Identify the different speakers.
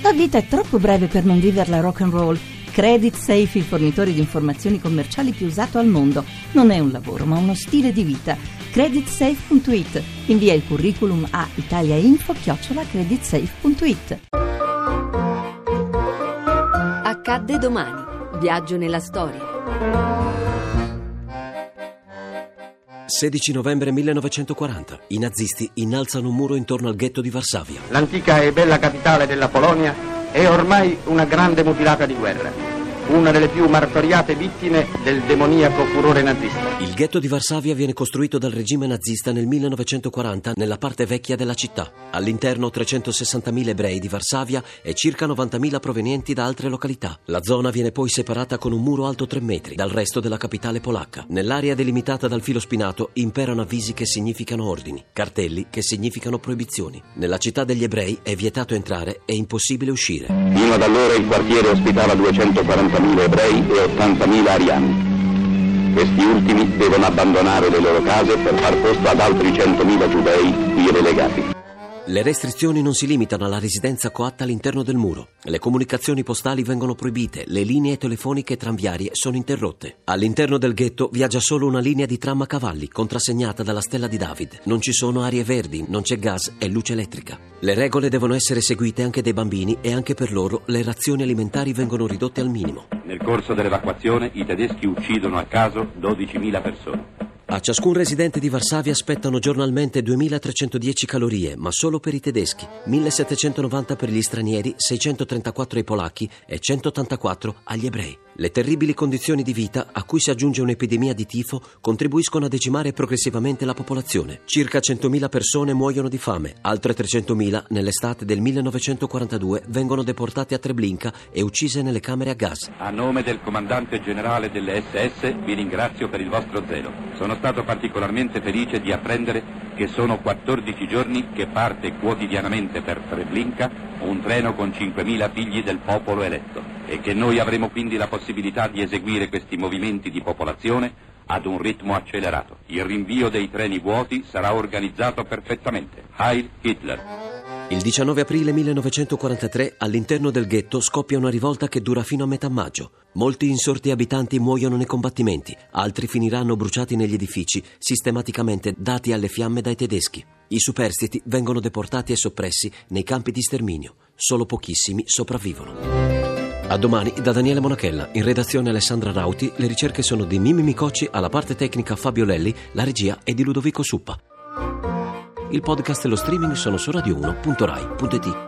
Speaker 1: tua vita è troppo breve per non viverla rock and roll. Credit Safe, il fornitore di informazioni commerciali più usato al mondo. Non è un lavoro, ma uno stile di vita. Creditsafe.it. Invia il curriculum a italiainfo@creditsafe.it.
Speaker 2: Accadde domani. Viaggio nella storia.
Speaker 3: 16 novembre 1940. I nazisti innalzano un muro intorno al ghetto di Varsavia.
Speaker 4: L'antica e bella capitale della Polonia è ormai una grande mutilata di guerra, una delle più martoriate vittime del demoniaco furore nazista.
Speaker 3: Il ghetto di Varsavia viene costruito dal regime nazista nel 1940 nella parte vecchia della città. All'interno 360.000 ebrei di Varsavia e circa 90.000 provenienti da altre località. La zona viene poi separata con un muro alto 3 metri dal resto della capitale polacca. Nell'area delimitata dal filo spinato imperano avvisi che significano ordini, cartelli che significano proibizioni. Nella città degli ebrei è vietato entrare e impossibile uscire.
Speaker 5: Fino ad allora il quartiere ospitava 240.000 ebrei e 80.000 ariani. Questi ultimi devono abbandonare le loro case per far posto ad altri 100.000 giudei qui relegati.
Speaker 3: Le restrizioni non si limitano alla residenza coatta all'interno del muro. Le comunicazioni postali vengono proibite, le linee telefoniche e tranviarie sono interrotte. All'interno del ghetto viaggia solo una linea di tram a cavalli, contrassegnata dalla stella di David. Non ci sono aree verdi, non c'è gas e luce elettrica. Le regole devono essere seguite anche dai bambini e anche per loro le razioni alimentari vengono ridotte al minimo.
Speaker 6: Nel corso dell'evacuazione i tedeschi uccidono a caso 12.000 persone.
Speaker 3: A ciascun residente di Varsavia aspettano giornalmente 2.310 calorie, ma solo per i tedeschi, 1.790 per gli stranieri, 634 ai polacchi e 184 agli ebrei. Le terribili condizioni di vita, a cui si aggiunge un'epidemia di tifo, contribuiscono a decimare progressivamente la popolazione. Circa 100.000 persone muoiono di fame, altre 300.000 nell'estate del 1942 vengono deportate a Treblinka e uccise nelle camere a gas.
Speaker 6: A nome del comandante generale delle SS vi ringrazio per il vostro zelo. Sono stato particolarmente felice di apprendere che sono 14 giorni che parte quotidianamente per Treblinka un treno con 5.000 figli del popolo eletto e che noi avremo quindi la possibilità di eseguire questi movimenti di popolazione ad un ritmo accelerato. Il rinvio dei treni vuoti sarà organizzato perfettamente. Heil Hitler!
Speaker 3: Il 19 aprile 1943 all'interno del ghetto scoppia una rivolta che dura fino a metà maggio. Molti insorti abitanti muoiono nei combattimenti, altri finiranno bruciati negli edifici, sistematicamente dati alle fiamme dai tedeschi. I superstiti vengono deportati e soppressi nei campi di sterminio. Solo pochissimi sopravvivono. A domani da Daniele Monachella, in redazione Alessandra Rauti, le ricerche sono di Mimmi Micocci, alla parte tecnica Fabio Lelli, la regia è di Ludovico Suppa. Il podcast e lo streaming sono su radio1.rai.it.